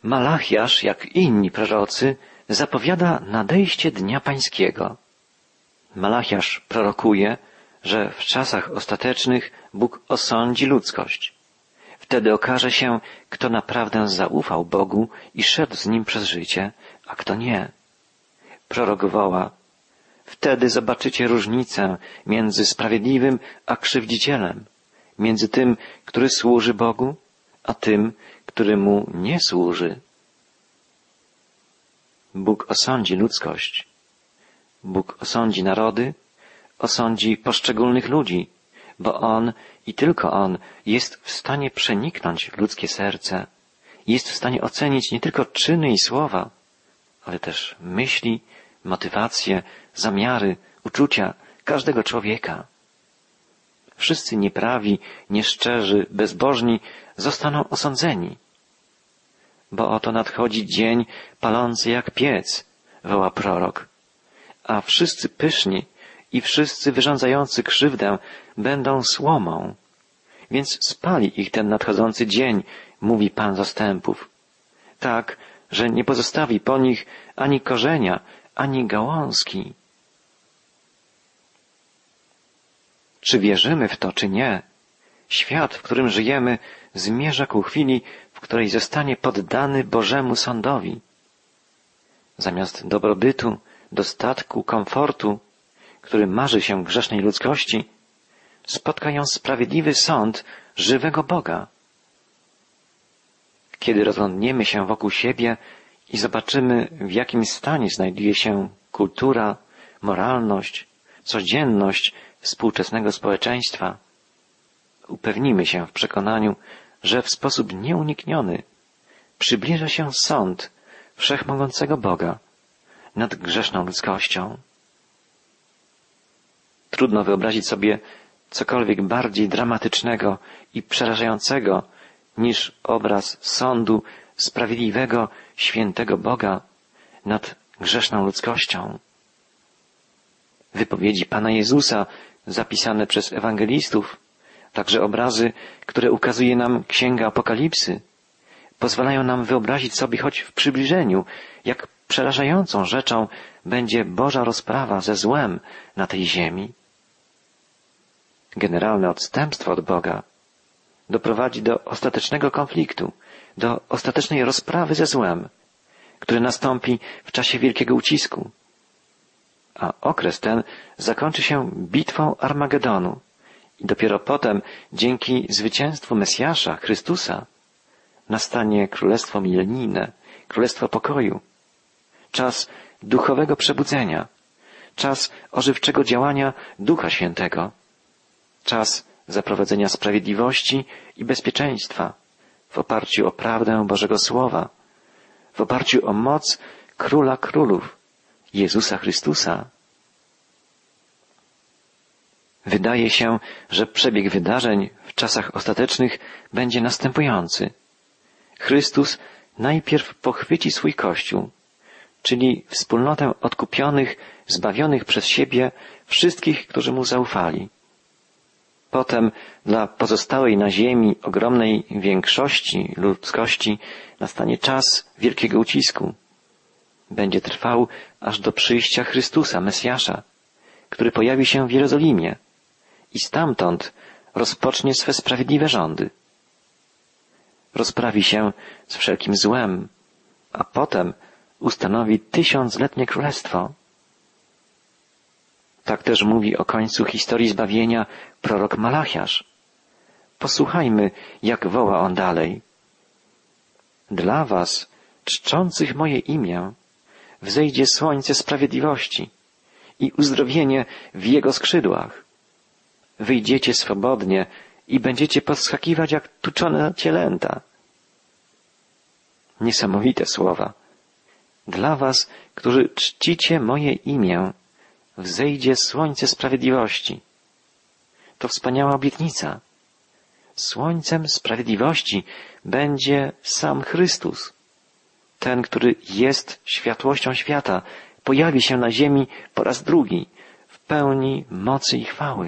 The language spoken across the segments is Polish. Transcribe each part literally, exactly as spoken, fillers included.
Malachiasz, jak i inni prorocy, zapowiada nadejście Dnia Pańskiego. Malachiasz prorokuje, że w czasach ostatecznych Bóg osądzi ludzkość. Wtedy okaże się, kto naprawdę zaufał Bogu i szedł z Nim przez życie, a kto nie. Prorok woła: wtedy zobaczycie różnicę między sprawiedliwym a krzywdzicielem, między tym, który służy Bogu, a tym, który Mu nie służy. Bóg osądzi ludzkość. Bóg osądzi narody, osądzi poszczególnych ludzi, bo On i tylko On jest w stanie przeniknąć ludzkie serce, jest w stanie ocenić nie tylko czyny i słowa, ale też myśli, motywacje, zamiary, uczucia każdego człowieka. Wszyscy nieprawi, nieszczerzy, bezbożni zostaną osądzeni. Bo oto nadchodzi dzień palący jak piec, woła prorok, a wszyscy pyszni i wszyscy wyrządzający krzywdę będą słomą. Więc spali ich ten nadchodzący dzień, mówi Pan zastępów, tak, że nie pozostawi po nich ani korzenia, ani gałązki. Czy wierzymy w to, czy nie? Świat, w którym żyjemy, zmierza ku chwili, w której zostanie poddany Bożemu sądowi. Zamiast dobrobytu, dostatku, komfortu, który marzy się grzesznej ludzkości, spotka ją sprawiedliwy sąd żywego Boga. Kiedy rozglądniemy się wokół siebie i zobaczymy, w jakim stanie znajduje się kultura, moralność, codzienność współczesnego społeczeństwa, upewnimy się w przekonaniu, że w sposób nieunikniony przybliża się sąd wszechmogącego Boga nad grzeszną ludzkością. Trudno wyobrazić sobie cokolwiek bardziej dramatycznego i przerażającego niż obraz sądu sprawiedliwego, świętego Boga nad grzeszną ludzkością. Wypowiedzi Pana Jezusa zapisane przez ewangelistów, także obrazy, które ukazuje nam Księga Apokalipsy, pozwalają nam wyobrazić sobie choć w przybliżeniu, jak przerażającą rzeczą będzie Boża rozprawa ze złem na tej ziemi. Generalne odstępstwo od Boga doprowadzi do ostatecznego konfliktu, do ostatecznej rozprawy ze złem, który nastąpi w czasie wielkiego ucisku. A okres ten zakończy się bitwą Armagedonu i dopiero potem, dzięki zwycięstwu Mesjasza, Chrystusa, nastanie Królestwo Milenijne, Królestwo Pokoju, czas duchowego przebudzenia, czas ożywczego działania Ducha Świętego, czas zaprowadzenia sprawiedliwości i bezpieczeństwa w oparciu o prawdę Bożego Słowa, w oparciu o moc Króla Królów, Jezusa Chrystusa. Wydaje się, że przebieg wydarzeń w czasach ostatecznych będzie następujący. Chrystus najpierw pochwyci swój Kościół, czyli wspólnotę odkupionych, zbawionych przez siebie wszystkich, którzy Mu zaufali. Potem dla pozostałej na ziemi ogromnej większości ludzkości nastanie czas wielkiego ucisku. Będzie trwał aż do przyjścia Chrystusa, Mesjasza, który pojawi się w Jerozolimie i stamtąd rozpocznie swe sprawiedliwe rządy. Rozprawi się z wszelkim złem, a potem ustanowi tysiącletnie królestwo. Tak też mówi o końcu historii zbawienia prorok Malachiasz. Posłuchajmy, jak woła on dalej. Dla was, czczących moje imię, wzejdzie słońce sprawiedliwości i uzdrowienie w jego skrzydłach. Wyjdziecie swobodnie i będziecie podskakiwać jak tuczone cielęta. Niesamowite słowa. Dla was, którzy czcicie moje imię, wzejdzie słońce sprawiedliwości. To wspaniała obietnica. Słońcem sprawiedliwości będzie sam Chrystus. Ten, który jest światłością świata, pojawi się na ziemi po raz drugi w pełni mocy i chwały.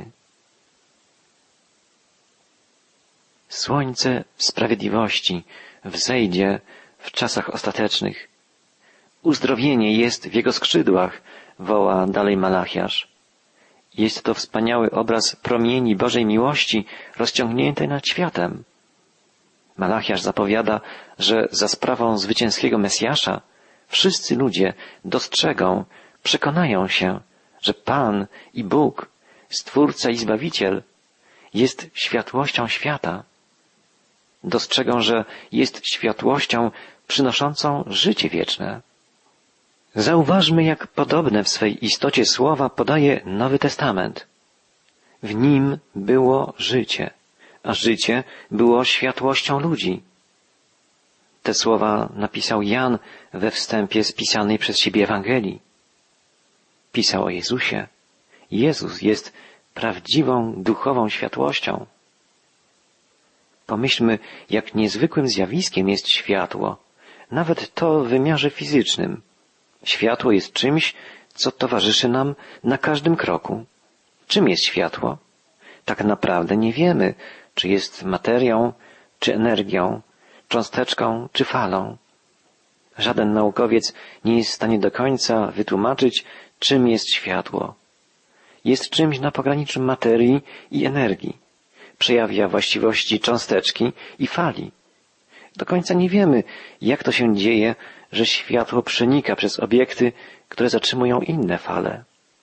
Słońce sprawiedliwości wzejdzie w czasach ostatecznych. Uzdrowienie jest w Jego skrzydłach, woła dalej Malachiasz. Jest to wspaniały obraz promieni Bożej miłości rozciągniętej nad światem. Malachiasz zapowiada, że za sprawą zwycięskiego Mesjasza wszyscy ludzie dostrzegą, przekonają się, że Pan i Bóg, Stwórca i Zbawiciel, jest światłością świata. Dostrzegą, że jest światłością przynoszącą życie wieczne. Zauważmy, jak podobne w swej istocie słowa podaje Nowy Testament. W nim było życie, a życie było światłością ludzi. Te słowa napisał Jan we wstępie spisanej przez siebie Ewangelii. Pisał o Jezusie. Jezus jest prawdziwą duchową światłością. Pomyślmy, jak niezwykłym zjawiskiem jest światło, nawet to w wymiarze fizycznym. Światło jest czymś, co towarzyszy nam na każdym kroku. Czym jest światło? Tak naprawdę nie wiemy, czy jest materią, czy energią, cząsteczką, czy falą. Żaden naukowiec nie jest w stanie do końca wytłumaczyć, czym jest światło. Jest czymś na pograniczu materii i energii. Przejawia właściwości cząsteczki i fali. Do końca nie wiemy, jak to się dzieje, że światło przenika przez obiekty, które zatrzymują inne fale.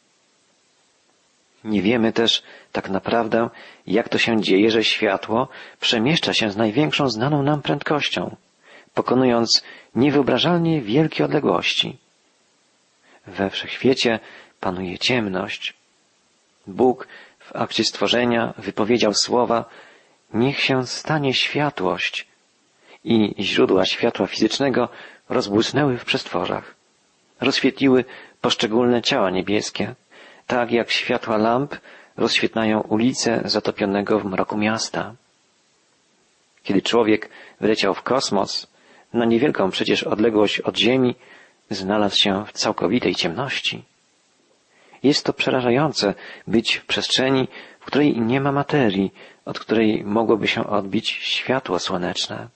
Nie wiemy też tak naprawdę, jak to się dzieje, że światło przemieszcza się z największą znaną nam prędkością, pokonując niewyobrażalnie wielkie odległości. We wszechświecie panuje ciemność. Bóg w akcie stworzenia wypowiedział słowa: niech się stanie światłość, i źródła światła fizycznego rozbłysnęły w przestworzach. Rozświetliły poszczególne ciała niebieskie, tak jak światła lamp rozświetlają ulice zatopionego w mroku miasta. Kiedy człowiek wyleciał w kosmos, na niewielką przecież odległość od Ziemi, znalazł się w całkowitej ciemności. Jest to przerażające być w przestrzeni, w której nie ma materii, od której mogłoby się odbić światło słoneczne.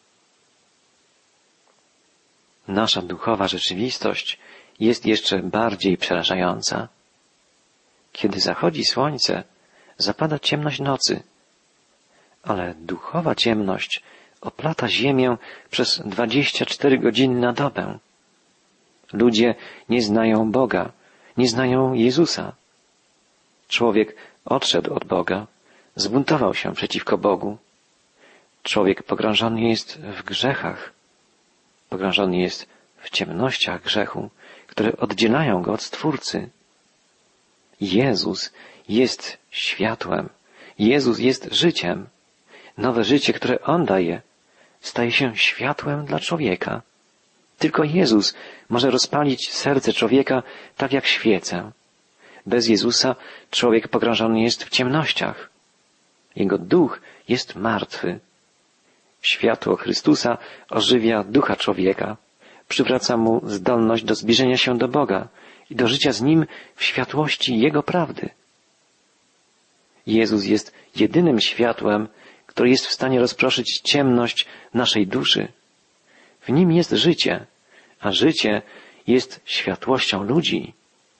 Nasza duchowa rzeczywistość jest jeszcze bardziej przerażająca. Kiedy zachodzi słońce, zapada ciemność nocy, ale duchowa ciemność oplata ziemię przez dwadzieścia cztery godziny na dobę. Ludzie nie znają Boga, nie znają Jezusa. Człowiek odszedł od Boga, zbuntował się przeciwko Bogu. Człowiek pogrążony jest w grzechach, pogrążony jest w ciemnościach grzechu, które oddzielają go od Stwórcy. Jezus jest światłem. Jezus jest życiem. Nowe życie, które On daje, staje się światłem dla człowieka. Tylko Jezus może rozpalić serce człowieka tak jak świecę. Bez Jezusa człowiek pogrążony jest w ciemnościach. Jego duch jest martwy. Światło Chrystusa ożywia ducha człowieka, przywraca mu zdolność do zbliżenia się do Boga i do życia z Nim w światłości Jego prawdy. Jezus jest jedynym światłem, które jest w stanie rozproszyć ciemność naszej duszy. W Nim jest życie, a życie jest światłością ludzi.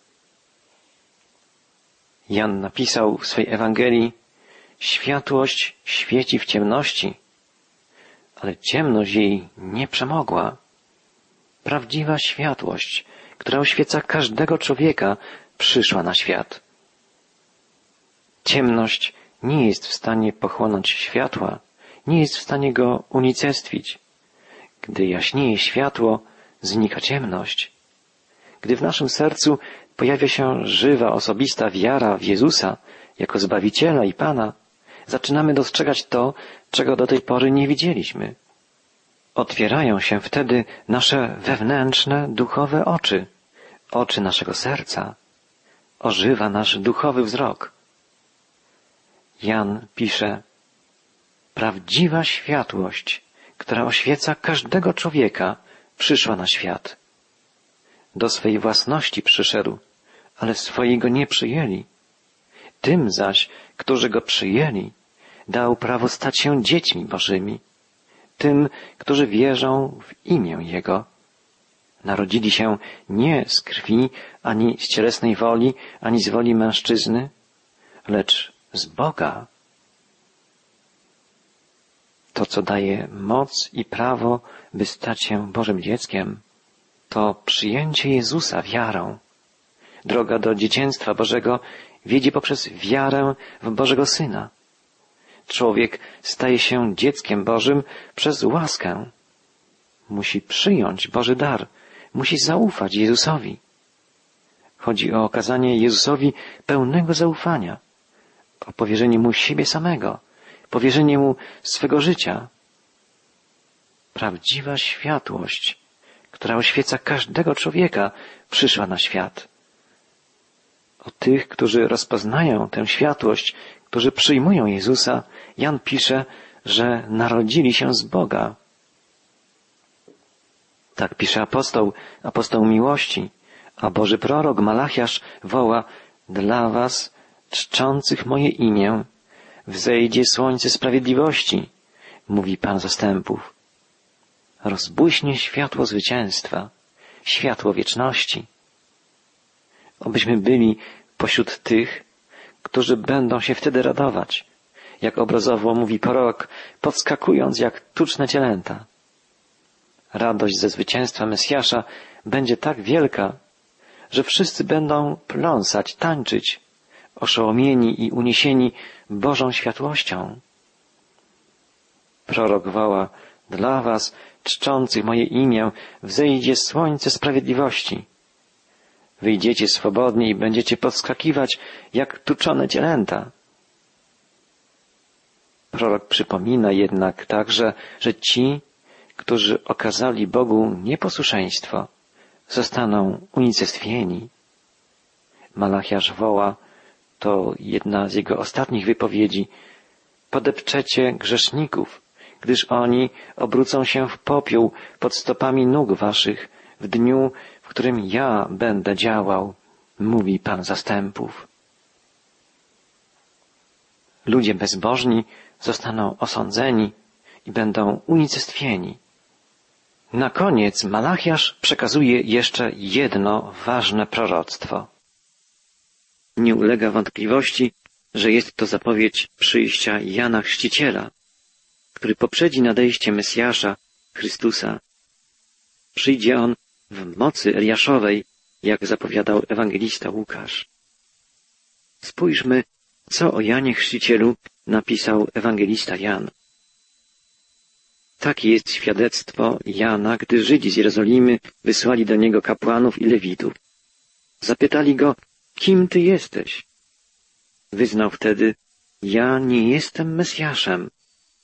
Jan napisał w swej Ewangelii: światłość świeci w ciemności, ale ciemność jej nie przemogła. Prawdziwa światłość, która oświeca każdego człowieka, przyszła na świat. Ciemność nie jest w stanie pochłonąć światła, nie jest w stanie go unicestwić. Gdy jaśnieje światło, znika ciemność. Gdy w naszym sercu pojawia się żywa, osobista wiara w Jezusa jako Zbawiciela i Pana, zaczynamy dostrzegać to, czego do tej pory nie widzieliśmy. Otwierają się wtedy nasze wewnętrzne, duchowe oczy, oczy naszego serca. Ożywa nasz duchowy wzrok. Jan pisze: prawdziwa światłość, która oświeca każdego człowieka, przyszła na świat. Do swej własności przyszedł, ale swoi go nie przyjęli. Tym zaś, którzy go przyjęli, dał prawo stać się dziećmi Bożymi. tym, którzy wierzą w imię Jego. Narodzili się nie z krwi, ani z cielesnej woli, ani z woli mężczyzny, lecz z Boga. To, co daje moc i prawo, by stać się Bożym dzieckiem, to przyjęcie Jezusa wiarą. Droga do dzieciństwa Bożego wiedzie poprzez wiarę w Bożego Syna. Człowiek staje się dzieckiem Bożym przez łaskę. Musi przyjąć Boży dar, musi zaufać Jezusowi. Chodzi o okazanie Jezusowi pełnego zaufania, o powierzenie Mu siebie samego, powierzenie Mu swego życia. Prawdziwa światłość, która oświeca każdego człowieka, przyszła na świat. O tych, którzy rozpoznają tę światłość, którzy przyjmują Jezusa, Jan pisze, że narodzili się z Boga. Tak pisze apostoł, apostoł miłości, a Boży prorok Malachiasz woła: dla was, czczących moje imię, wzejdzie słońce sprawiedliwości, mówi Pan zastępów. Rozbłyśnie światło zwycięstwa, światło wieczności. Obyśmy byli pośród tych, którzy będą się wtedy radować, jak obrazowo mówi prorok, podskakując jak tuczne cielęta. Radość ze zwycięstwa Mesjasza będzie tak wielka, że wszyscy będą pląsać, tańczyć, oszołomieni i uniesieni Bożą światłością. Prorok woła: dla was, czczących moje imię, wzejdzie słońce sprawiedliwości. Wyjdziecie swobodnie i będziecie podskakiwać jak tuczone cielęta. Prorok przypomina jednak także, że ci, którzy okazali Bogu nieposłuszeństwo, zostaną unicestwieni. Malachiasz woła, to jedna z jego ostatnich wypowiedzi: podepczecie grzeszników, gdyż oni obrócą się w popiół pod stopami nóg waszych w dniu, w którym ja będę działał, mówi Pan zastępów. Ludzie bezbożni zostaną osądzeni i będą unicestwieni. Na koniec Malachiasz przekazuje jeszcze jedno ważne proroctwo. Nie ulega wątpliwości, że jest to zapowiedź przyjścia Jana Chrzciciela, który poprzedzi nadejście Mesjasza, Chrystusa. Przyjdzie on w mocy Eliaszowej, jak zapowiadał ewangelista Łukasz. Spójrzmy, co o Janie Chrzcicielu napisał ewangelista Jan. Takie jest świadectwo Jana, gdy Żydzi z Jerozolimy wysłali do niego kapłanów i lewitów. Zapytali go: kim ty jesteś? Wyznał wtedy: ja nie jestem Mesjaszem.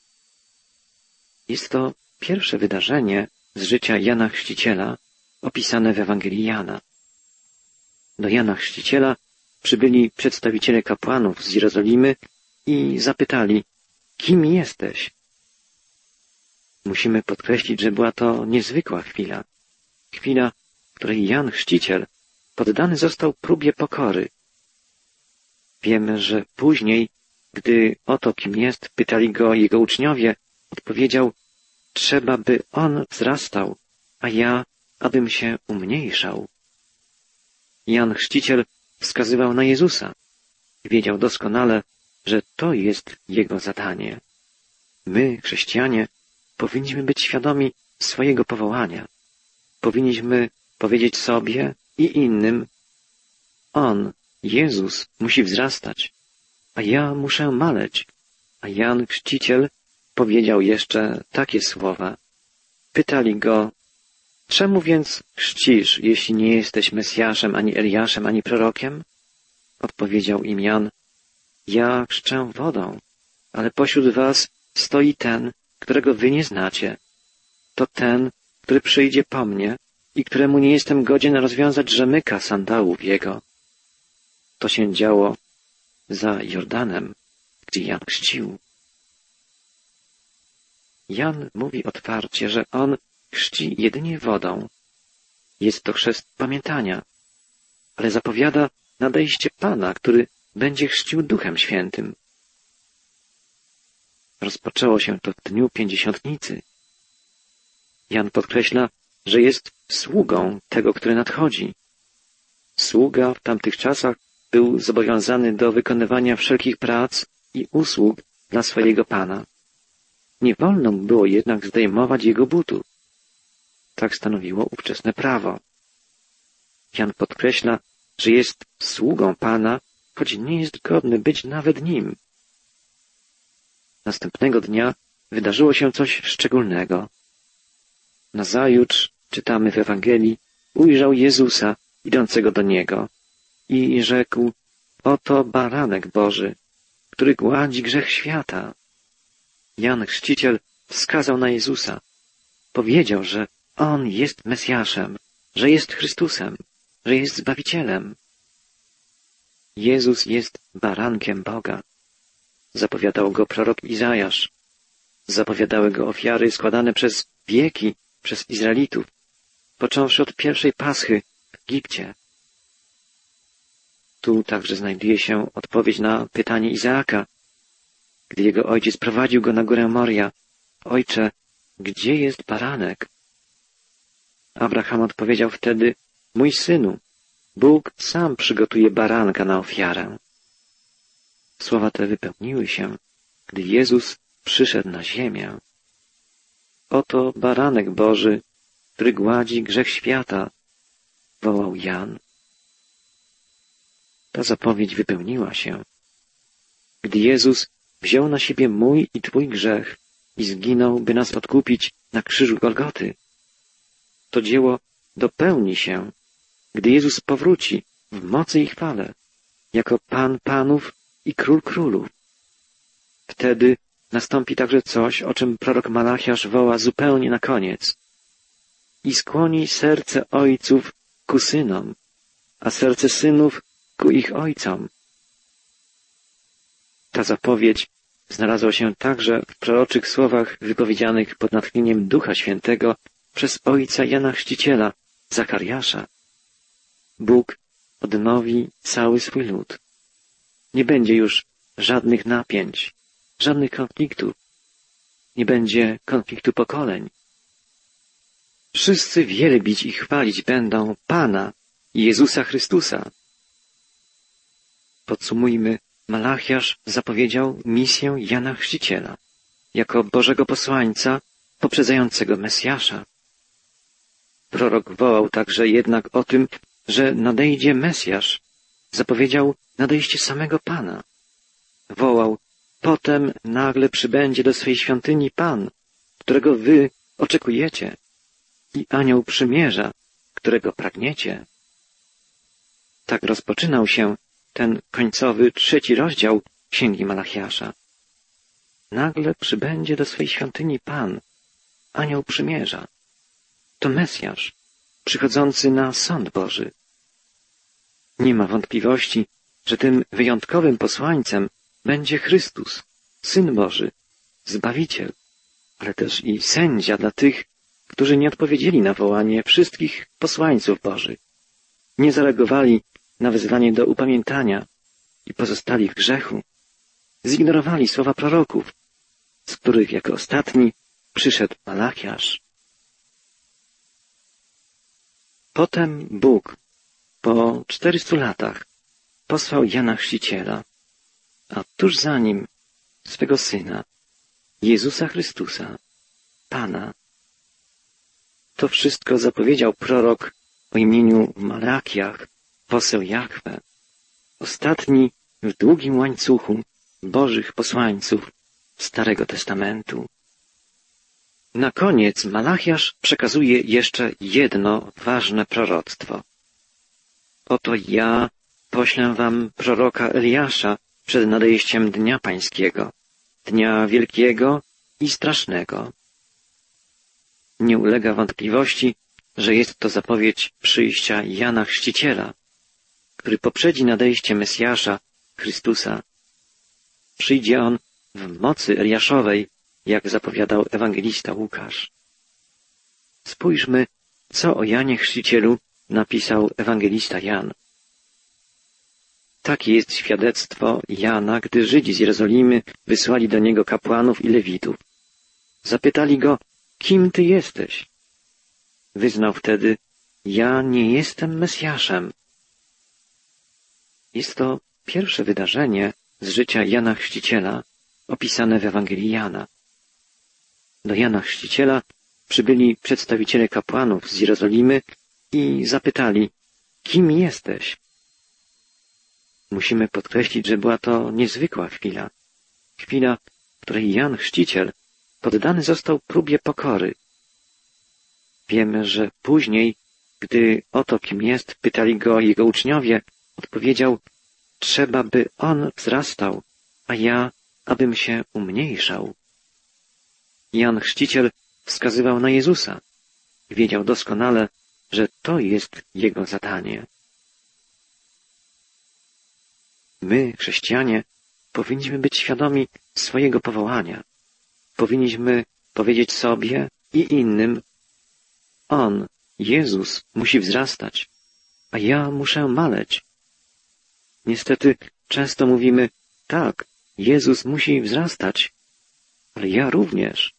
Jest to pierwsze wydarzenie z życia Jana Chrzciciela opisane w Ewangelii Jana. Do Jana Chrzciciela przybyli przedstawiciele kapłanów z Jerozolimy i zapytali: kim jesteś? Musimy podkreślić, że była to niezwykła chwila. Chwila, w której Jan Chrzciciel poddany został próbie pokory. Wiemy, że później, gdy o to, kim jest, pytali go jego uczniowie, odpowiedział: trzeba, by on wzrastał, a ja, abym się umniejszał. Jan Chrzciciel wskazywał na Jezusa. Wiedział doskonale, że to jest jego zadanie. My, chrześcijanie, powinniśmy być świadomi swojego powołania. Powinniśmy powiedzieć sobie i innym: On, Jezus, musi wzrastać, a ja muszę maleć. A Jan Chrzciciel powiedział jeszcze takie słowa. Pytali go: czemu więc chrzcisz, jeśli nie jesteś Mesjaszem, ani Eliaszem, ani prorokiem? Odpowiedział im Jan: ja chrzczę wodą, ale pośród was stoi ten, którego wy nie znacie. To ten, który przyjdzie po mnie i któremu nie jestem godzien rozwiązać rzemyka sandałów jego. To się działo za Jordanem, gdzie Jan chrzcił. Jan mówi otwarcie, że on chrzci jedynie wodą. Jest to chrzest pamiętania, ale zapowiada nadejście Pana, który będzie chrzcił Duchem Świętym. Rozpoczęło się to w dniu Pięćdziesiątnicy, Jan podkreśla, że jest sługą tego, który nadchodzi. Sługa w tamtych czasach był zobowiązany do wykonywania wszelkich prac i usług dla swojego Pana. Nie wolno mu było jednak zdejmować jego butów. Tak stanowiło ówczesne prawo. Jan podkreśla, że jest sługą Pana, choć nie jest godny być nawet nim. Następnego dnia wydarzyło się coś szczególnego. Nazajutrz, czytamy w Ewangelii, ujrzał Jezusa idącego do niego i rzekł: oto baranek Boży, który gładzi grzech świata. Jan Chrzciciel wskazał na Jezusa. Powiedział, że On jest Mesjaszem, że jest Chrystusem, że jest Zbawicielem. Jezus jest barankiem Boga. Zapowiadał go prorok Izajasz. Zapowiadały go ofiary składane przez wieki przez Izraelitów, począwszy od pierwszej Paschy w Egipcie. Tu także znajduje się odpowiedź na pytanie Izaaka, gdy jego ojciec prowadził go na górę Moria: Ojcze, gdzie jest baranek? Abraham odpowiedział wtedy: Mój synu, Bóg sam przygotuje baranka na ofiarę. Słowa te wypełniły się, gdy Jezus przyszedł na ziemię. Oto baranek Boży, który gładzi grzech świata, wołał Jan. Ta zapowiedź wypełniła się, gdy Jezus wziął na siebie mój i Twój grzech i zginął, by nas odkupić na krzyżu Golgoty. To dzieło dopełni się, gdy Jezus powróci w mocy i chwale, jako Pan Panów i Król Królów. Wtedy nastąpi także coś, o czym prorok Malachiasz woła zupełnie na koniec. I skłoni serce ojców ku synom, a serce synów ku ich ojcom. Ta zapowiedź znalazła się także w proroczych słowach wypowiedzianych pod natchnieniem Ducha Świętego przez ojca Jana Chrzciciela, Zachariasza. Bóg odnowi cały swój lud. Nie będzie już żadnych napięć, żadnych konfliktów. Nie będzie konfliktu pokoleń. Wszyscy wielbić i chwalić będą Pana, Jezusa Chrystusa. Podsumujmy, Malachiasz zapowiedział misję Jana Chrzciciela jako Bożego posłańca poprzedzającego Mesjasza. Prorok wołał także jednak o tym, że nadejdzie Mesjasz. Zapowiedział nadejście samego Pana. Wołał: potem nagle przybędzie do swej świątyni Pan, którego wy oczekujecie, i anioł przymierza, którego pragniecie. Tak rozpoczynał się ten końcowy trzeci rozdział Księgi Malachiasza. Nagle przybędzie do swej świątyni Pan, anioł przymierza. To Mesjasz, przychodzący na sąd Boży. Nie ma wątpliwości, że tym wyjątkowym posłańcem będzie Chrystus, Syn Boży, Zbawiciel, ale też i sędzia dla tych, którzy nie odpowiedzieli na wołanie wszystkich posłańców Bożych, nie zareagowali na wezwanie do upamiętania i pozostali w grzechu, zignorowali słowa proroków, z których jako ostatni przyszedł Malachiasz. Potem Bóg po czterystu latach posłał Jana Chrzciciela, a tuż za nim swego Syna, Jezusa Chrystusa, Pana. To wszystko zapowiedział prorok o imieniu Malachiach, poseł Jahwe, ostatni w długim łańcuchu Bożych posłańców Starego Testamentu. Na koniec Malachiasz przekazuje jeszcze jedno ważne proroctwo. Oto ja poślę wam proroka Eliasza przed nadejściem Dnia Pańskiego, Dnia Wielkiego i Strasznego. Nie ulega wątpliwości, że jest to zapowiedź przyjścia Jana Chrzciciela, który poprzedzi nadejście Mesjasza, Chrystusa. Przyjdzie on w mocy Eliaszowej, jak zapowiadał ewangelista Łukasz. Spójrzmy, co o Janie Chrzcicielu napisał ewangelista Jan. Takie jest świadectwo Jana, gdy Żydzi z Jerozolimy wysłali do niego kapłanów i lewitów. Zapytali go: kim ty jesteś? wyznał wtedy: ja nie jestem Mesjaszem. Jest to pierwsze wydarzenie z życia Jana Chrzciciela opisane w Ewangelii Jana. Do Jana Chrzciciela przybyli przedstawiciele kapłanów z Jerozolimy i zapytali: kim jesteś? Musimy podkreślić, że była to niezwykła chwila. Chwila, w której Jan Chrzciciel poddany został próbie pokory. Wiemy, że później, gdy o to, kim jest, pytali go jego uczniowie, odpowiedział: trzeba, by on wzrastał, a ja, abym się umniejszał. Jan Chrzciciel wskazywał na Jezusa i wiedział doskonale, że to jest jego zadanie. My, chrześcijanie, powinniśmy być świadomi swojego powołania. Powinniśmy powiedzieć sobie i innym: On, Jezus, musi wzrastać, a ja muszę maleć. Niestety często mówimy: tak, Jezus musi wzrastać, ale ja również.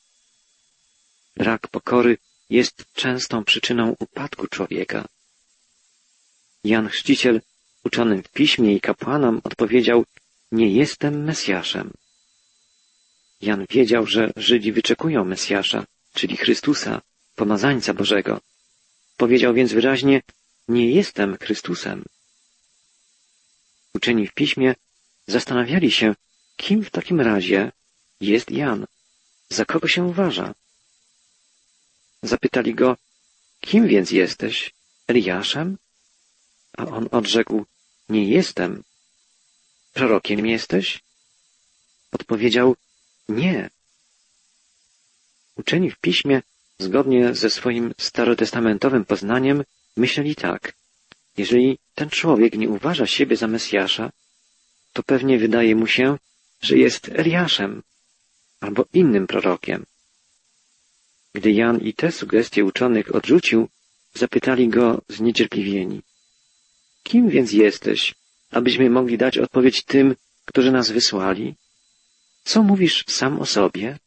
Brak pokory jest częstą przyczyną upadku człowieka. Jan Chrzciciel, uczonym w piśmie i kapłanom, odpowiedział: nie jestem Mesjaszem. Jan wiedział, że Żydzi wyczekują Mesjasza, czyli Chrystusa, pomazańca Bożego. Powiedział więc wyraźnie: nie jestem Chrystusem. Uczeni w piśmie zastanawiali się, kim w takim razie jest Jan, za kogo się uważa. Zapytali go: kim więc jesteś? Eliaszem? A on odrzekł: nie jestem. Prorokiem jesteś? Odpowiedział: nie. Uczeni w piśmie, zgodnie ze swoim starotestamentowym poznaniem, myśleli tak: jeżeli ten człowiek nie uważa siebie za Mesjasza, to pewnie wydaje mu się, że jest Eliaszem albo innym prorokiem. Gdy Jan i te sugestie uczonych odrzucił, zapytali go zniecierpliwieni: kim więc jesteś, abyśmy mogli dać odpowiedź tym, którzy nas wysłali? Co mówisz sam o sobie?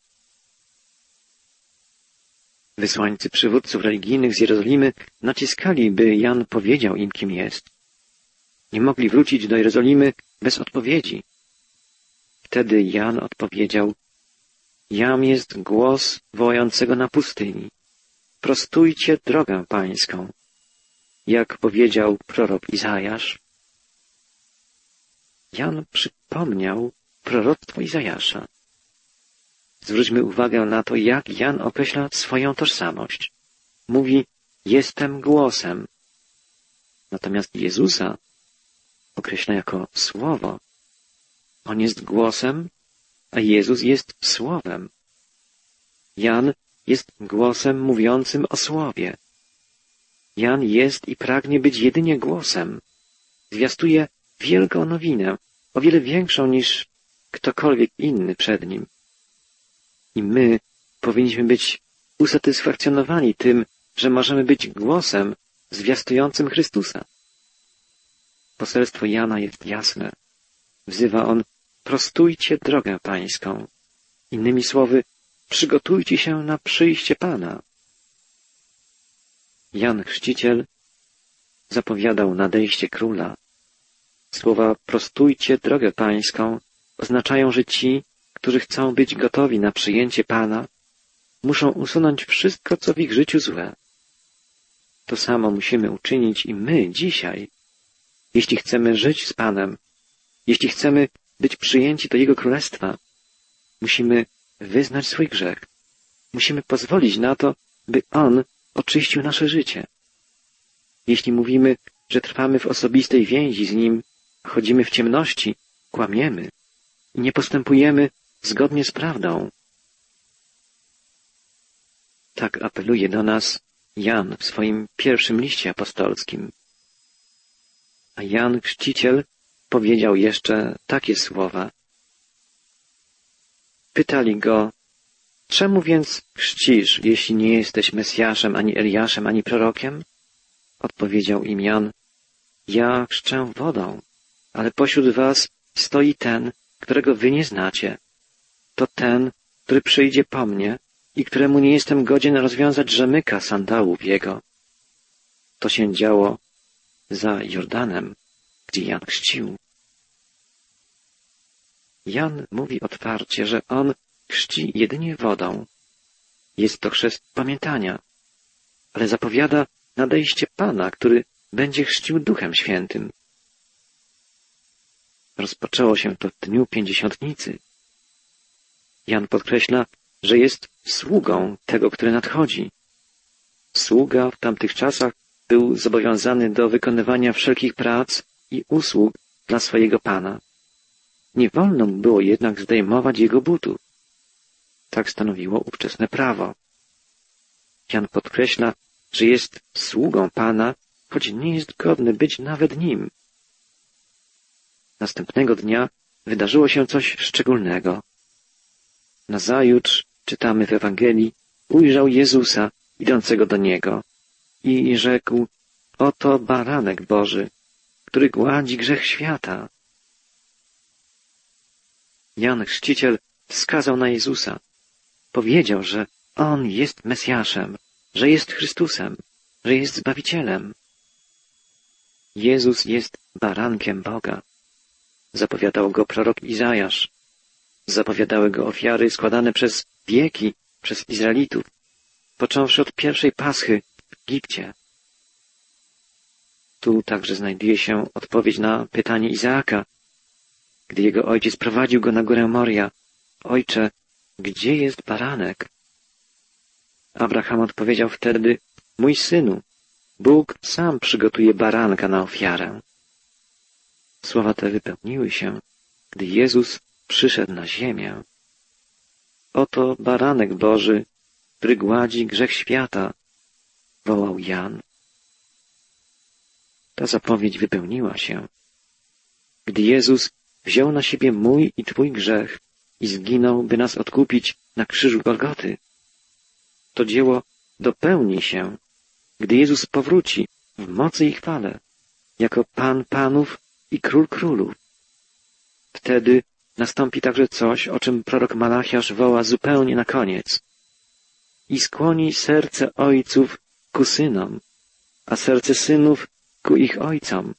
Wysłańcy przywódców religijnych z Jerozolimy naciskali, by Jan powiedział im, kim jest. Nie mogli wrócić do Jerozolimy bez odpowiedzi. Wtedy Jan odpowiedział: jam jest głos wołającego na pustyni: prostujcie drogę pańską, jak powiedział prorok Izajasz. Jan przypomniał proroctwo Izajasza. Zwróćmy uwagę na to, jak Jan określa swoją tożsamość. Mówi: jestem głosem. Natomiast Jezusa określa jako słowo. On jest głosem, a Jezus jest słowem. Jan jest głosem mówiącym o słowie. Jan jest i pragnie być jedynie głosem. Zwiastuje wielką nowinę, o wiele większą niż ktokolwiek inny przed nim. I my powinniśmy być usatysfakcjonowani tym, że możemy być głosem zwiastującym Chrystusa. Poselstwo Jana jest jasne. Wzywa on: prostujcie drogę pańską. Innymi słowy, przygotujcie się na przyjście Pana. Jan Chrzciciel zapowiadał nadejście Króla. Słowa prostujcie drogę pańską oznaczają, że ci, którzy chcą być gotowi na przyjęcie Pana, muszą usunąć wszystko, co w ich życiu złe. To samo musimy uczynić i my dzisiaj, jeśli chcemy żyć z Panem, jeśli chcemy być przyjęci do Jego Królestwa. Musimy wyznać swój grzech. Musimy pozwolić na to, by On oczyścił nasze życie. Jeśli mówimy, że trwamy w osobistej więzi z Nim, a chodzimy w ciemności, kłamiemy i nie postępujemy zgodnie z prawdą. Tak apeluje do nas Jan w swoim pierwszym liście apostolskim. A Jan Chrzciciel powiedział jeszcze takie słowa. Pytali go: czemu więc chrzcisz, jeśli nie jesteś Mesjaszem, ani Eliaszem, ani prorokiem? Odpowiedział im Jan: ja chrzczę wodą, ale pośród was stoi ten, którego wy nie znacie. To ten, który przyjdzie po mnie, i któremu nie jestem godzien rozwiązać rzemyka sandałów jego. To się działo za Jordanem, gdzie Jan chrzcił. Jan mówi otwarcie, że on chrzci jedynie wodą. Jest to chrzest pamiętania, ale zapowiada nadejście Pana, który będzie chrzcił Duchem Świętym. Rozpoczęło się to w dniu Pięćdziesiątnicy. Jan podkreśla, że jest sługą tego, który nadchodzi. Sługa w tamtych czasach był zobowiązany do wykonywania wszelkich prac i usług dla swojego Pana. Nie wolno mu było jednak zdejmować jego butów. Tak stanowiło ówczesne prawo. Jan podkreśla, że jest sługą Pana, choć nie jest godny być nawet nim. Następnego dnia wydarzyło się coś szczególnego. Nazajutrz, czytamy w Ewangelii, ujrzał Jezusa idącego do niego i rzekł: oto baranek Boży, który gładzi grzech świata. Jan Chrzciciel wskazał na Jezusa. Powiedział, że On jest Mesjaszem, że jest Chrystusem, że jest Zbawicielem. Jezus jest barankiem Boga. Zapowiadał go prorok Izajasz. Zapowiadały go ofiary składane przez wieki przez Izraelitów, począwszy od pierwszej Paschy w Egipcie. Tu także znajduje się odpowiedź na pytanie Izaaka, gdy jego ojciec prowadził go na górę Moria. Ojcze, gdzie jest baranek? Abraham odpowiedział wtedy: mój synu, Bóg sam przygotuje baranka na ofiarę. Słowa te wypełniły się, gdy Jezus przyszedł na ziemię. Oto baranek Boży, który gładzi grzech świata, wołał Jan. Ta zapowiedź wypełniła się, gdy Jezus wziął na siebie mój i Twój grzech i zginął, by nas odkupić na krzyżu Golgoty. To dzieło dopełni się, gdy Jezus powróci w mocy i chwale, jako Pan Panów i Król Królów. Wtedy nastąpi także coś, o czym prorok Malachiasz woła zupełnie na koniec. I skłoni serce ojców ku synom, a serce synów ku ich ojcom.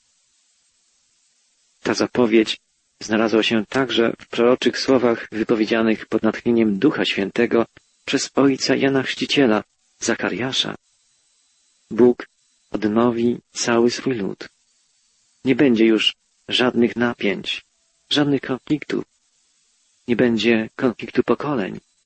Ta zapowiedź znalazła się także w proroczych słowach wypowiedzianych pod natchnieniem Ducha Świętego przez ojca Jana Chrzciciela, Zachariasza. Bóg odnowi cały swój lud. Nie będzie już żadnych napięć, żadnych konfliktów. Nie będzie konfliktu pokoleń.